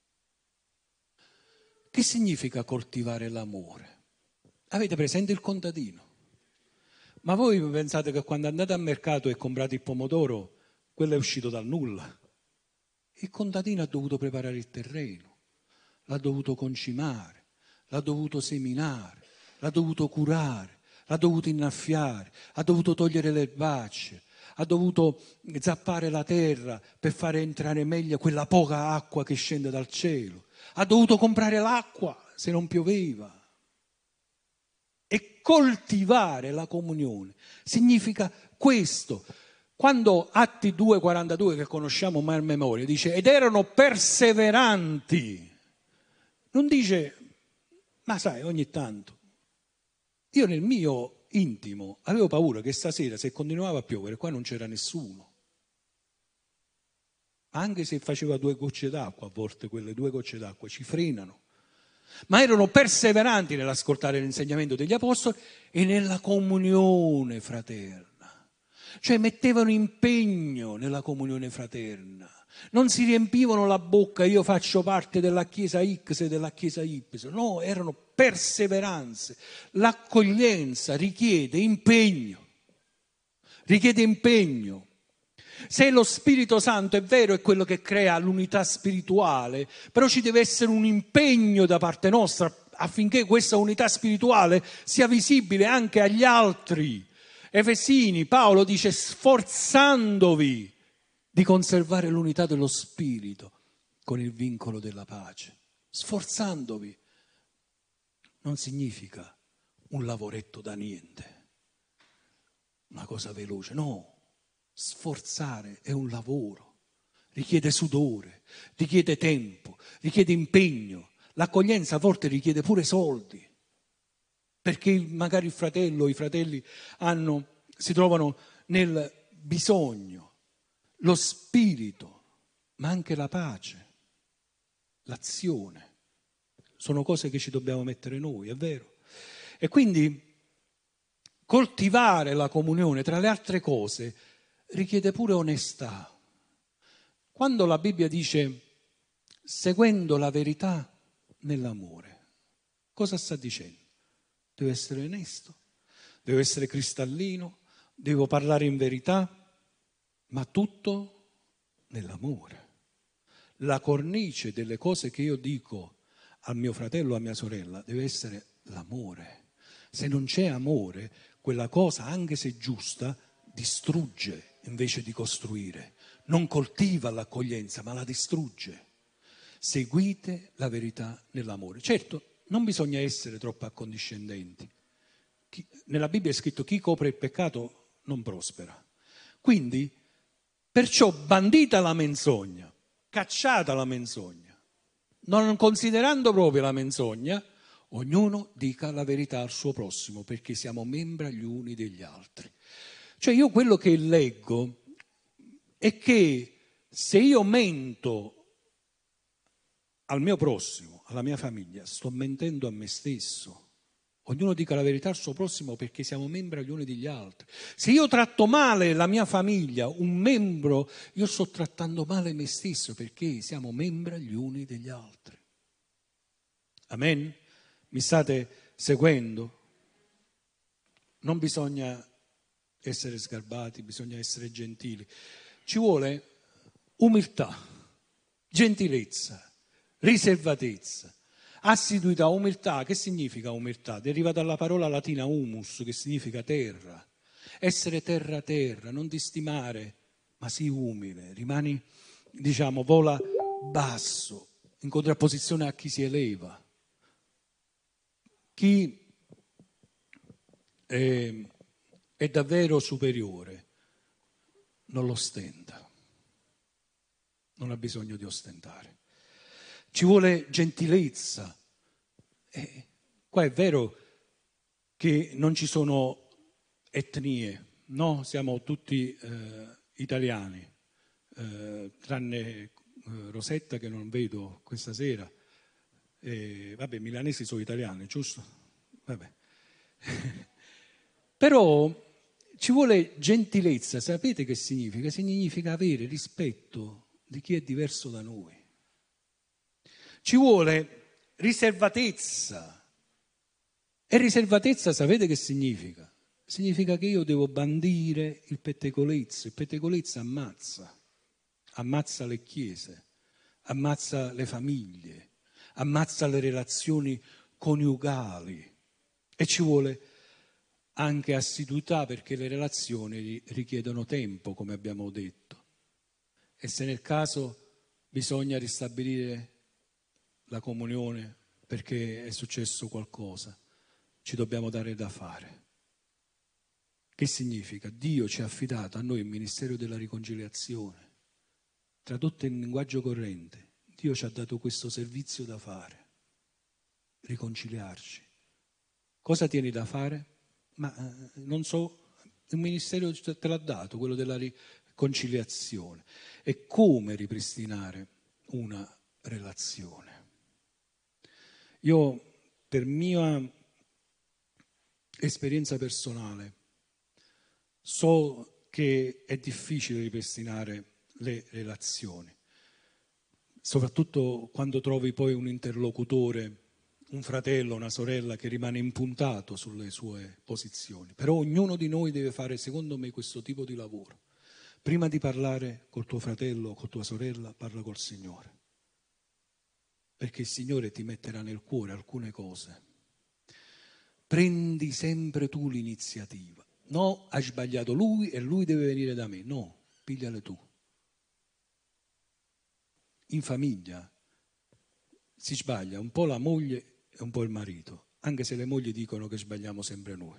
Che significa coltivare l'amore? Avete presente il contadino? Ma voi pensate che quando andate al mercato e comprate il pomodoro, quello è uscito dal nulla? Il contadino ha dovuto preparare il terreno, l'ha dovuto concimare, l'ha dovuto seminare, l'ha dovuto curare, l'ha dovuto innaffiare, ha dovuto togliere le erbacce, ha dovuto zappare la terra per fare entrare meglio quella poca acqua che scende dal cielo, ha dovuto comprare l'acqua se non pioveva. E coltivare la comunione significa questo. Quando Atti due quarantadue, che conosciamo mai a memoria, dice ed erano perseveranti, non dice ma sai ogni tanto. Io nel mio intimo avevo paura che stasera se continuava a piovere qua non c'era nessuno, anche se faceva due gocce d'acqua, a volte quelle due gocce d'acqua ci frenano. Ma erano perseveranti nell'ascoltare l'insegnamento degli apostoli e nella comunione fraterna. Cioè mettevano impegno nella comunione fraterna. Non si riempivano la bocca, io faccio parte della chiesa X e della chiesa Y. No, erano perseveranze. L'accoglienza richiede impegno. Richiede impegno. Se lo Spirito Santo è vero, è quello che crea l'unità spirituale, però ci deve essere un impegno da parte nostra affinché questa unità spirituale sia visibile anche agli altri. Efesini, Paolo dice sforzandovi di conservare l'unità dello Spirito con il vincolo della pace. Sforzandovi non significa un lavoretto da niente, una cosa veloce, no. Sforzare è un lavoro, richiede sudore, richiede tempo, richiede impegno. L'accoglienza a volte richiede pure soldi, perché magari il fratello o i fratelli hanno, si trovano nel bisogno, lo spirito, ma anche la pace, l'azione. Sono cose che ci dobbiamo mettere noi, è vero? E quindi coltivare la comunione, tra le altre cose, richiede pure onestà. Quando la Bibbia dice seguendo la verità nell'amore, cosa sta dicendo? Devo essere onesto, devo essere cristallino, devo parlare in verità, ma tutto nell'amore. La cornice delle cose che io dico al mio fratello o a mia sorella deve essere l'amore. Se non c'è amore, quella cosa, anche se giusta, distrugge invece di costruire. Non coltiva l'accoglienza, ma la distrugge. Seguite la verità nell'amore. Certo, non bisogna essere troppo accondiscendenti. Chi, nella Bibbia è scritto chi copre il peccato non prospera. Quindi, perciò bandita la menzogna, cacciata la menzogna, non considerando proprio la menzogna, ognuno dica la verità al suo prossimo, perché siamo membri gli uni degli altri. Cioè io quello che leggo è che se io mento al mio prossimo, alla mia famiglia, sto mentendo a me stesso. Ognuno dica la verità al suo prossimo perché siamo membri gli uni degli altri. Se io tratto male la mia famiglia, un membro, io sto trattando male me stesso perché siamo membri gli uni degli altri. Amen? Mi state seguendo? Non bisogna essere sgarbati, bisogna essere gentili. Ci vuole umiltà, gentilezza, riservatezza, assiduità, umiltà. Che significa umiltà? Deriva dalla parola latina humus, che significa terra. Essere terra terra, non ti stimare, ma sii umile, rimani, diciamo, vola basso, in contrapposizione a chi si eleva. Chi è, è davvero superiore non lo ostenta, non ha bisogno di ostentare. Ci vuole gentilezza. Eh, qua è vero che non ci sono etnie, no? Siamo tutti eh, italiani, eh, tranne eh, Rosetta che non vedo questa sera. Eh, vabbè, milanesi sono italiani, giusto? Vabbè. Però ci vuole gentilezza. Sapete che significa? Significa avere rispetto di chi è diverso da noi. Ci vuole riservatezza. E riservatezza sapete che significa? Significa che io devo bandire il pettegolezzo. Il pettegolezzo ammazza, ammazza le chiese, ammazza le famiglie, ammazza le relazioni coniugali. E ci vuole anche assiduità perché le relazioni richiedono tempo, come abbiamo detto. E se nel caso bisogna ristabilire la comunione perché è successo qualcosa, ci dobbiamo dare da fare. Che significa? Dio ci ha affidato a noi il ministero della riconciliazione. Tradotto in linguaggio corrente, Dio ci ha dato questo servizio da fare, riconciliarci. Cosa tieni da fare? Ma eh, non so, il ministero te l'ha dato, quello della riconciliazione. E come ripristinare una relazione? Io, per mia esperienza personale, so che è difficile ripristinare le relazioni, soprattutto quando trovi poi un interlocutore, un fratello, una sorella che rimane impuntato sulle sue posizioni. Però ognuno di noi deve fare, secondo me, questo tipo di lavoro. Prima di parlare col tuo fratello o con tua sorella, parla col Signore. Perché il Signore ti metterà nel cuore alcune cose. Prendi sempre tu l'iniziativa. No, hai sbagliato lui e lui deve venire da me. No, pigliale tu. In famiglia si sbaglia un po' la moglie e un po' il marito, anche se le mogli dicono che sbagliamo sempre noi.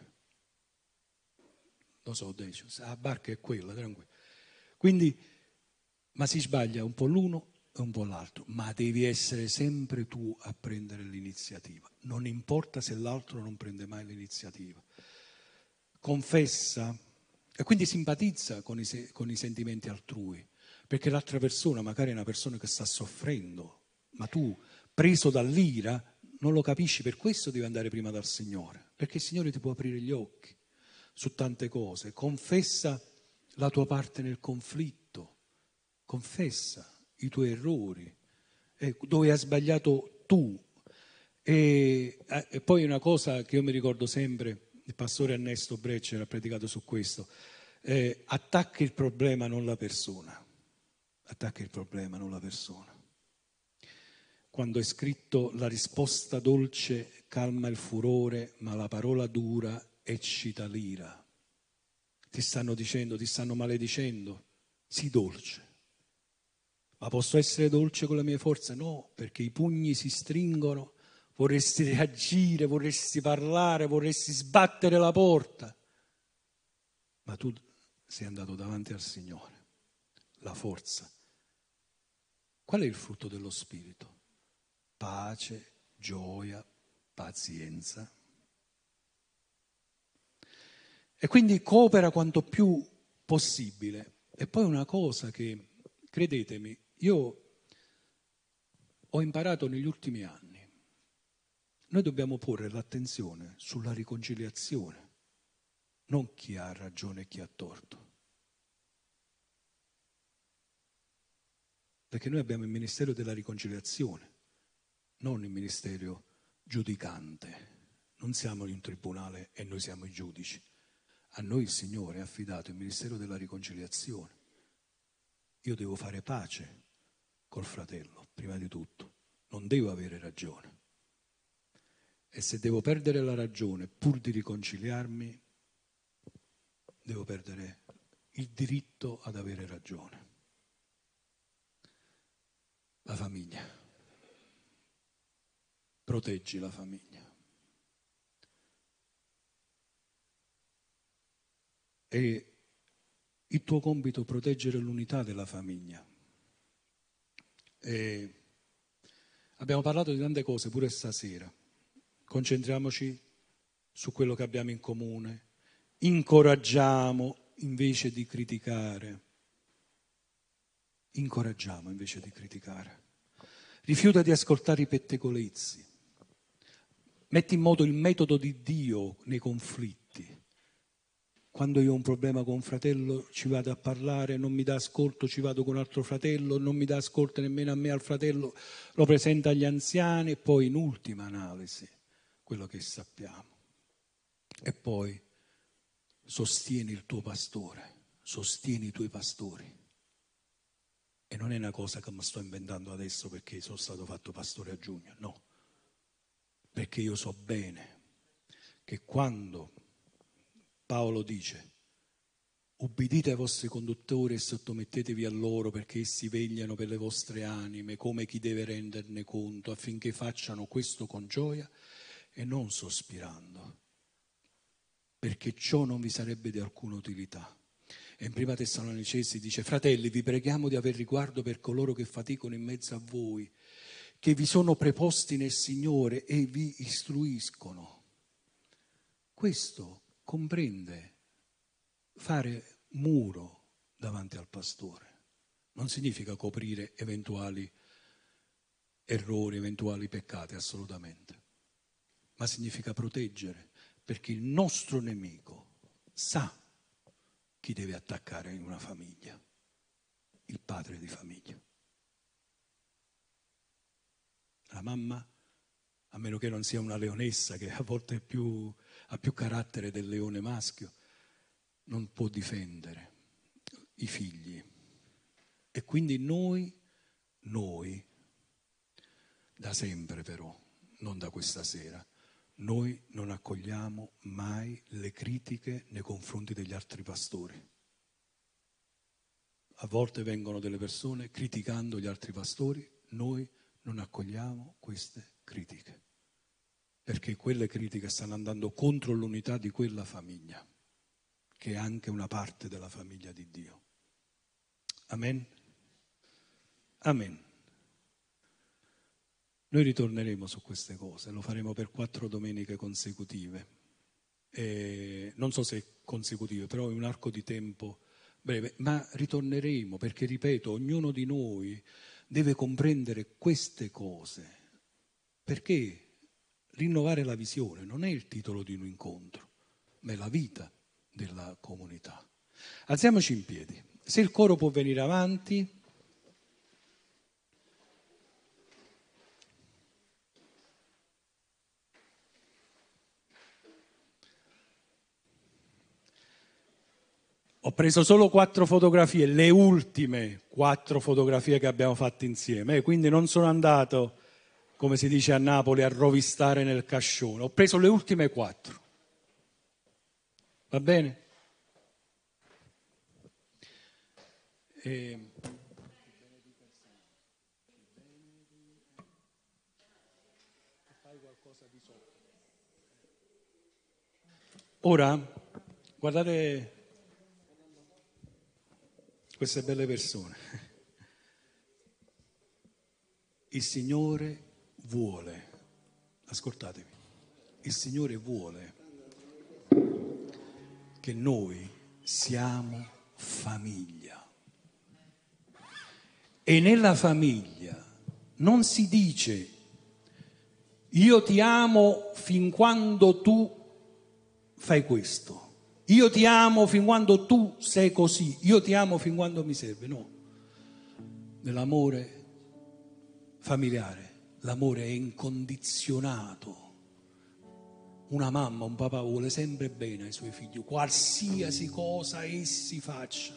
Lo so, dice, la barca è quella, tranquillo. Quindi, ma si sbaglia un po' l'uno e un po' l'altro, ma devi essere sempre tu a prendere l'iniziativa. Non importa se l'altro non prende mai l'iniziativa. Confessa e quindi simpatizza con i, se- con i sentimenti altrui, perché l'altra persona magari è una persona che sta soffrendo, ma tu, preso dall'ira, non lo capisci, per questo devi andare prima dal Signore, perché il Signore ti può aprire gli occhi su tante cose. Confessa la tua parte nel conflitto, confessa i tuoi errori, eh, dove hai sbagliato tu. E, eh, e poi una cosa che io mi ricordo sempre, il pastore Ernesto Breccia ha predicato su questo, eh, attacca il problema, non la persona. Attacca il problema, non la persona. Quando è scritto la risposta dolce calma il furore, ma la parola dura eccita l'ira. Ti stanno dicendo, ti stanno maledicendo, sii dolce. Ma posso essere dolce con le mie forze? No, perché i pugni si stringono, vorresti reagire, vorresti parlare, vorresti sbattere la porta. Ma tu sei andato davanti al Signore, la forza. Qual è il frutto dello Spirito? Pace, gioia, pazienza. E quindi coopera quanto più possibile. E poi una cosa che, credetemi, io ho imparato negli ultimi anni. Noi dobbiamo porre l'attenzione sulla riconciliazione, non chi ha ragione e chi ha torto. Perché noi abbiamo il ministero della riconciliazione, non il ministero giudicante. Non siamo in un tribunale e noi siamo i giudici. A noi il Signore ha affidato il ministero della riconciliazione. Io devo fare pace col fratello, prima di tutto. Non devo avere ragione. E se devo perdere la ragione pur di riconciliarmi, devo perdere il diritto ad avere ragione. La famiglia. Proteggi la famiglia. È il tuo compito proteggere l'unità della famiglia. E abbiamo parlato di tante cose pure stasera. Concentriamoci su quello che abbiamo in comune. Incoraggiamo invece di criticare. Incoraggiamo invece di criticare. Rifiuta di ascoltare i pettegolezzi. Metti in moto il metodo di Dio nei conflitti. Quando io ho un problema con un fratello ci vado a parlare, non mi dà ascolto, ci vado con un altro fratello, non mi dà ascolto nemmeno a me, al fratello, lo presenta agli anziani e poi in ultima analisi quello che sappiamo. E poi sostieni il tuo pastore, sostieni i tuoi pastori. E non è una cosa che mi sto inventando adesso perché sono stato fatto pastore a giugno, no. Perché io so bene che quando Paolo dice ubbidite ai vostri conduttori e sottomettetevi a loro perché essi vegliano per le vostre anime come chi deve renderne conto affinché facciano questo con gioia e non sospirando, perché ciò non vi sarebbe di alcuna utilità. E in prima Tessalonicesi dice fratelli vi preghiamo di aver riguardo per coloro che faticano in mezzo a voi, che vi sono preposti nel Signore e vi istruiscono. Questo comprende fare muro davanti al pastore. Non significa coprire eventuali errori, eventuali peccati, assolutamente. Ma significa proteggere, perché il nostro nemico sa chi deve attaccare in una famiglia, il padre di famiglia. La mamma, a meno che non sia una leonessa che a volte è più, ha più carattere del leone maschio, non può difendere i figli. E quindi noi, noi, da sempre però, non da questa sera, noi non accogliamo mai le critiche nei confronti degli altri pastori. A volte vengono delle persone criticando gli altri pastori, noi non accogliamo queste critiche, perché quelle critiche stanno andando contro l'unità di quella famiglia, che è anche una parte della famiglia di Dio. Amen? Amen. Noi ritorneremo su queste cose, lo faremo per quattro domeniche consecutive. E non so se consecutive, però in un arco di tempo breve, ma ritorneremo perché, ripeto, ognuno di noi deve comprendere queste cose, perché rinnovare la visione non è il titolo di un incontro, ma è la vita della comunità. Alziamoci in piedi, se il coro può venire avanti. Ho preso solo quattro fotografie, le ultime quattro fotografie che abbiamo fatto insieme, eh, quindi non sono andato, come si dice a Napoli, a rovistare nel cascione. Ho preso le ultime quattro. Va bene? E... Ora, guardate queste belle persone. Il Signore vuole, ascoltatemi, il Signore vuole che noi siamo famiglia. E nella famiglia non si dice io ti amo fin quando tu fai questo. Io ti amo fin quando tu sei così, io ti amo fin quando mi serve, no. Nell'amore familiare, l'amore è incondizionato. Una mamma, un papà vuole sempre bene ai suoi figli, qualsiasi cosa essi facciano.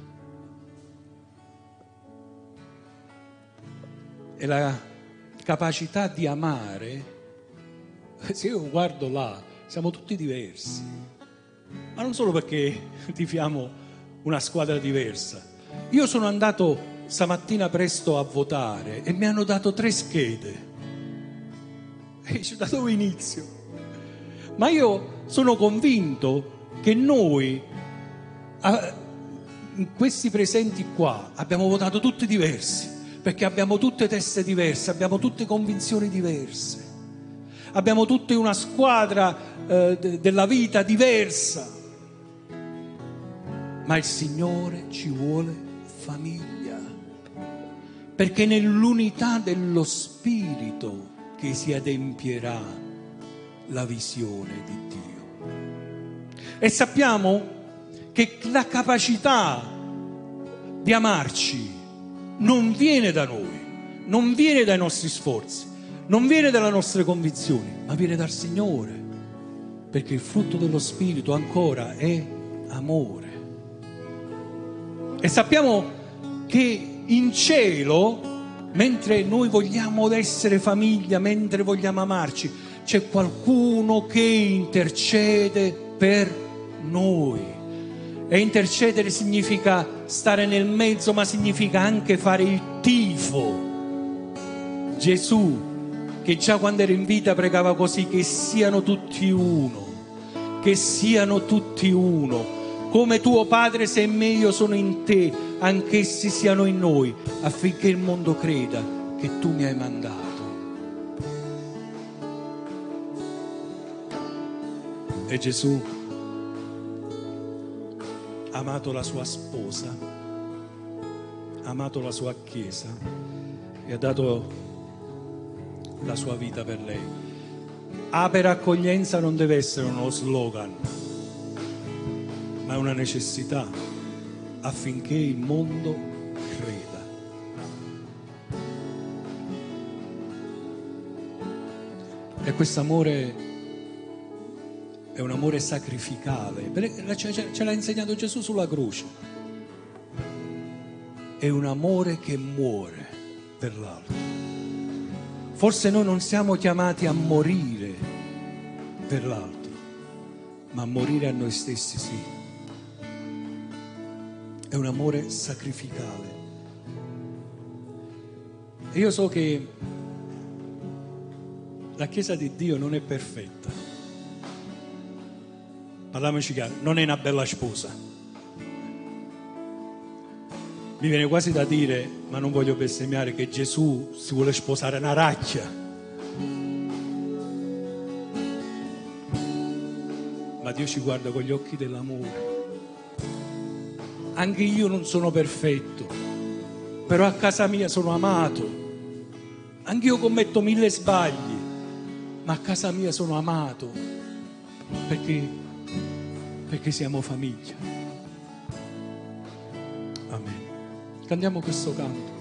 E la capacità di amare, se io guardo là, siamo tutti diversi. Ma non solo perché tifiamo una squadra diversa. Io sono andato stamattina presto a votare e mi hanno dato tre schede. E dice, da dove inizio? Ma io sono convinto che noi, in questi presenti qua, abbiamo votato tutti diversi, perché abbiamo tutte teste diverse, abbiamo tutte convinzioni diverse. Abbiamo tutti una squadra eh, de- della vita diversa. Ma il Signore ci vuole famiglia, perché nell'unità dello Spirito che si adempierà la visione di Dio. E sappiamo che la capacità di amarci non viene da noi, non viene dai nostri sforzi, non viene dalle nostre convinzioni, ma viene dal Signore, perché il frutto dello Spirito ancora è amore. E sappiamo che in cielo, mentre noi vogliamo essere famiglia, mentre vogliamo amarci, c'è qualcuno che intercede per noi. E intercedere significa stare nel mezzo, ma significa anche fare il tifo. Gesù, che già quando era in vita pregava così, che siano tutti uno, che siano tutti uno. Come tuo Padre sei in me, io sono in te, anch'essi siano in noi, affinché il mondo creda che tu mi hai mandato. E Gesù ha amato la sua sposa, ha amato la sua Chiesa e ha dato la sua vita per lei. A per accoglienza non deve essere uno slogan, ma è una necessità affinché il mondo creda. E questo amore è un amore sacrificale, ce l'ha insegnato Gesù sulla croce. È un amore che muore per l'altro. Forse noi non siamo chiamati a morire per l'altro, ma a morire a noi stessi sì. È un amore sacrificale. E io so che la Chiesa di Dio non è perfetta. Parliamoci chiaro, non è una bella sposa. Mi viene quasi da dire, ma non voglio bestemmiare, che Gesù si vuole sposare una racchia. ma Dio ci guarda con gli occhi dell'amore. Anche io non sono perfetto, però a casa mia sono amato. Anch'io commetto mille sbagli, ma a casa mia sono amato, perché, perché siamo famiglia. Amen. Cantiamo questo canto.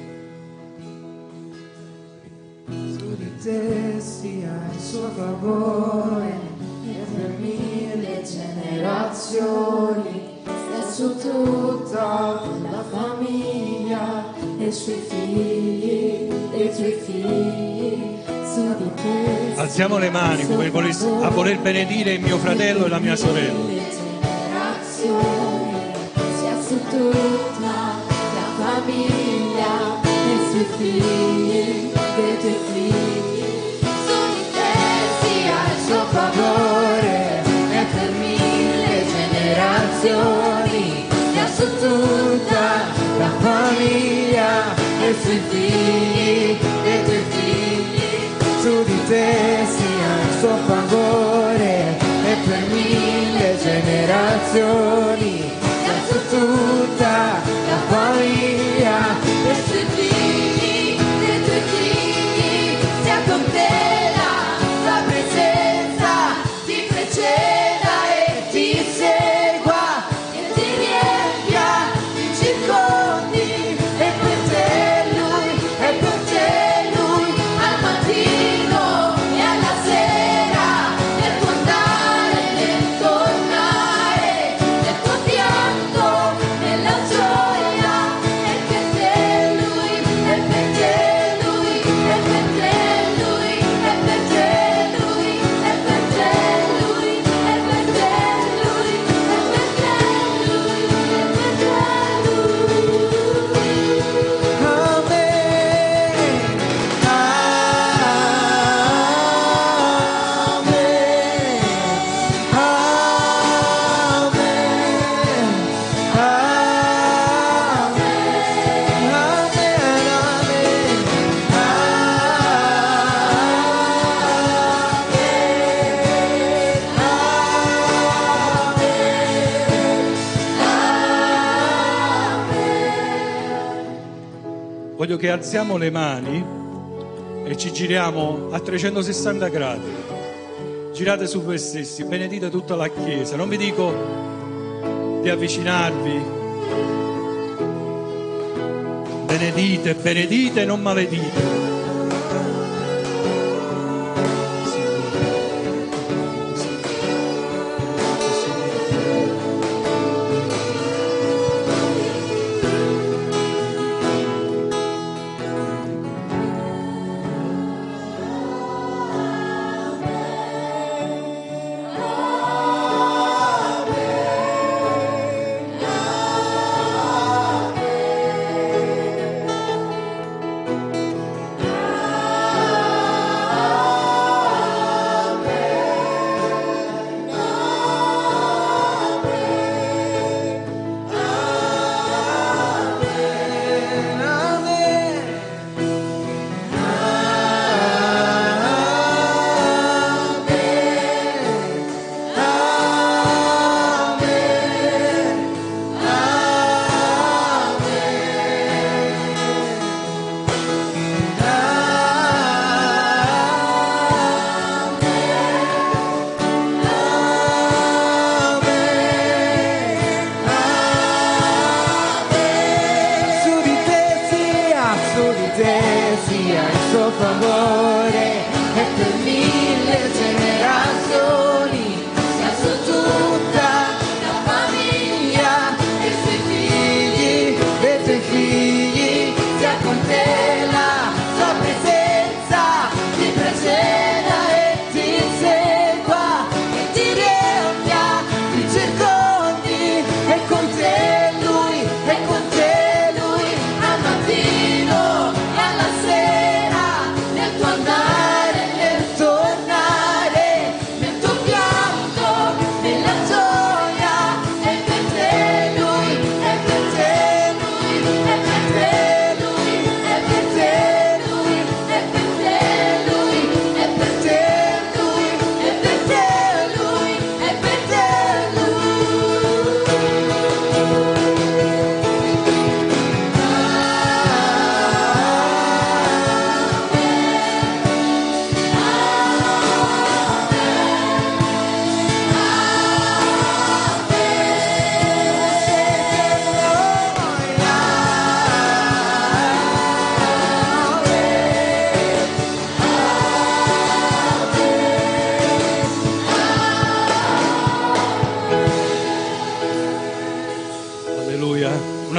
Su di te sia il suo favore e per mille generazioni, sia su tutta la famiglia e i suoi figli e i tuoi figli. Su di te
alziamo le mani come a voler benedire il mio fratello e la mia sorella.
Generazioni, sia su tutta la famiglia e i suoi figli e i tuoi figli. Su di te sia il suo favore e per mille generazioni, sia su tutta la famiglia e i suoi figli e i tuoi figli. Su di te sia il suo favore e per mille generazioni, sia su tutta la famiglia e i suoi figli e i tuoi figli. Sia con te la sua presenza, ti preceda e ti segua e ti riempia, ti circondi, e per te lui, e per te lui, al mattino e alla sera, nel tuo andare, nel tornare, nel tuo pianto, nella gioia, e per te lui, e per te lui, e per te lui, e per te lui, e per te lui, e per te lui, e per te lui, e per te lui.
Voglio che alziamo le mani e ci giriamo a trecentosessanta gradi. Girate su voi stessi, benedite tutta la Chiesa. Non vi dico di avvicinarvi. Benedite, benedite, non maledite.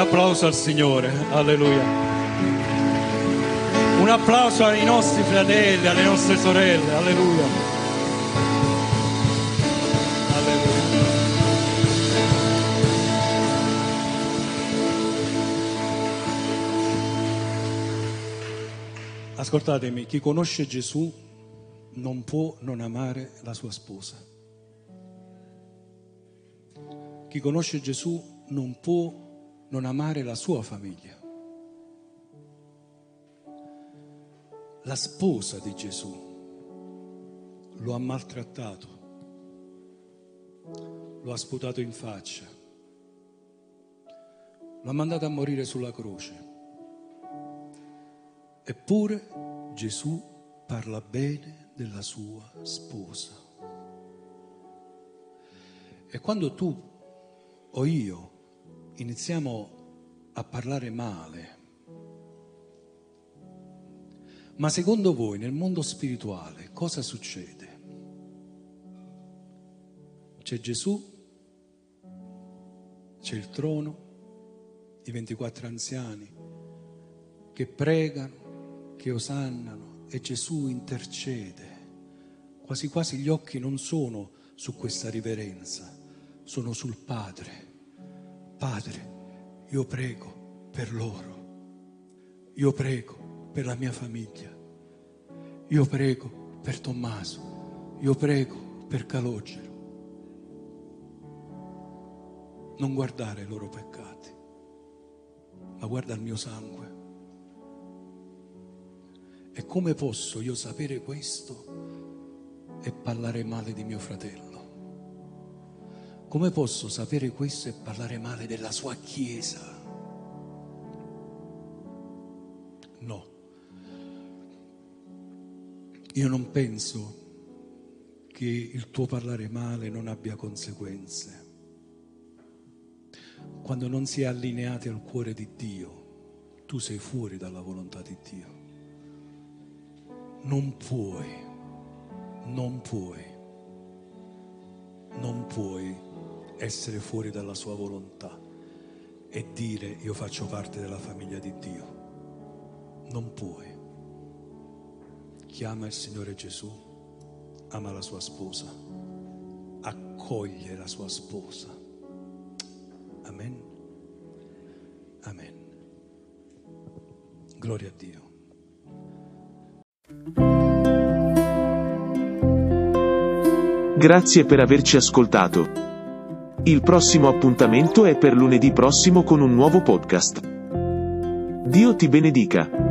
applauso al Signore, alleluia. Un applauso ai nostri fratelli, alle nostre sorelle, alleluia. Alleluia. Ascoltatemi, chi conosce Gesù non può non amare la sua sposa. Chi conosce Gesù non può non amare la sua famiglia. La sposa di Gesù lo ha maltrattato, lo ha sputato in faccia, lo ha mandato a morire sulla croce. Eppure Gesù parla bene della sua sposa. E quando tu o io iniziamo a parlare male, ma secondo voi nel mondo spirituale cosa succede? C'è Gesù, c'è il trono, i ventiquattro anziani che pregano, che osannano, e Gesù intercede. Quasi quasi gli occhi non sono su questa riverenza, sono sul Padre. Padre, io prego per loro, io prego per la mia famiglia, io prego per Tommaso, io prego per Calogero. Non guardare i loro peccati, ma guarda il mio sangue. E come posso io sapere questo e parlare male di mio fratello? Come posso sapere questo e parlare male della sua Chiesa? No. Io non penso che il tuo parlare male non abbia conseguenze. Quando non si è allineati al cuore di Dio, tu sei fuori dalla volontà di Dio. Non puoi, non puoi, non puoi essere fuori dalla sua volontà e dire io faccio parte della famiglia di Dio. Non puoi. Chiama il Signore Gesù, ama la sua sposa, accoglie la sua sposa. Amen. Amen. Gloria a Dio.
Grazie per averci ascoltato. Il prossimo appuntamento è per lunedì prossimo con un nuovo podcast. Dio ti benedica.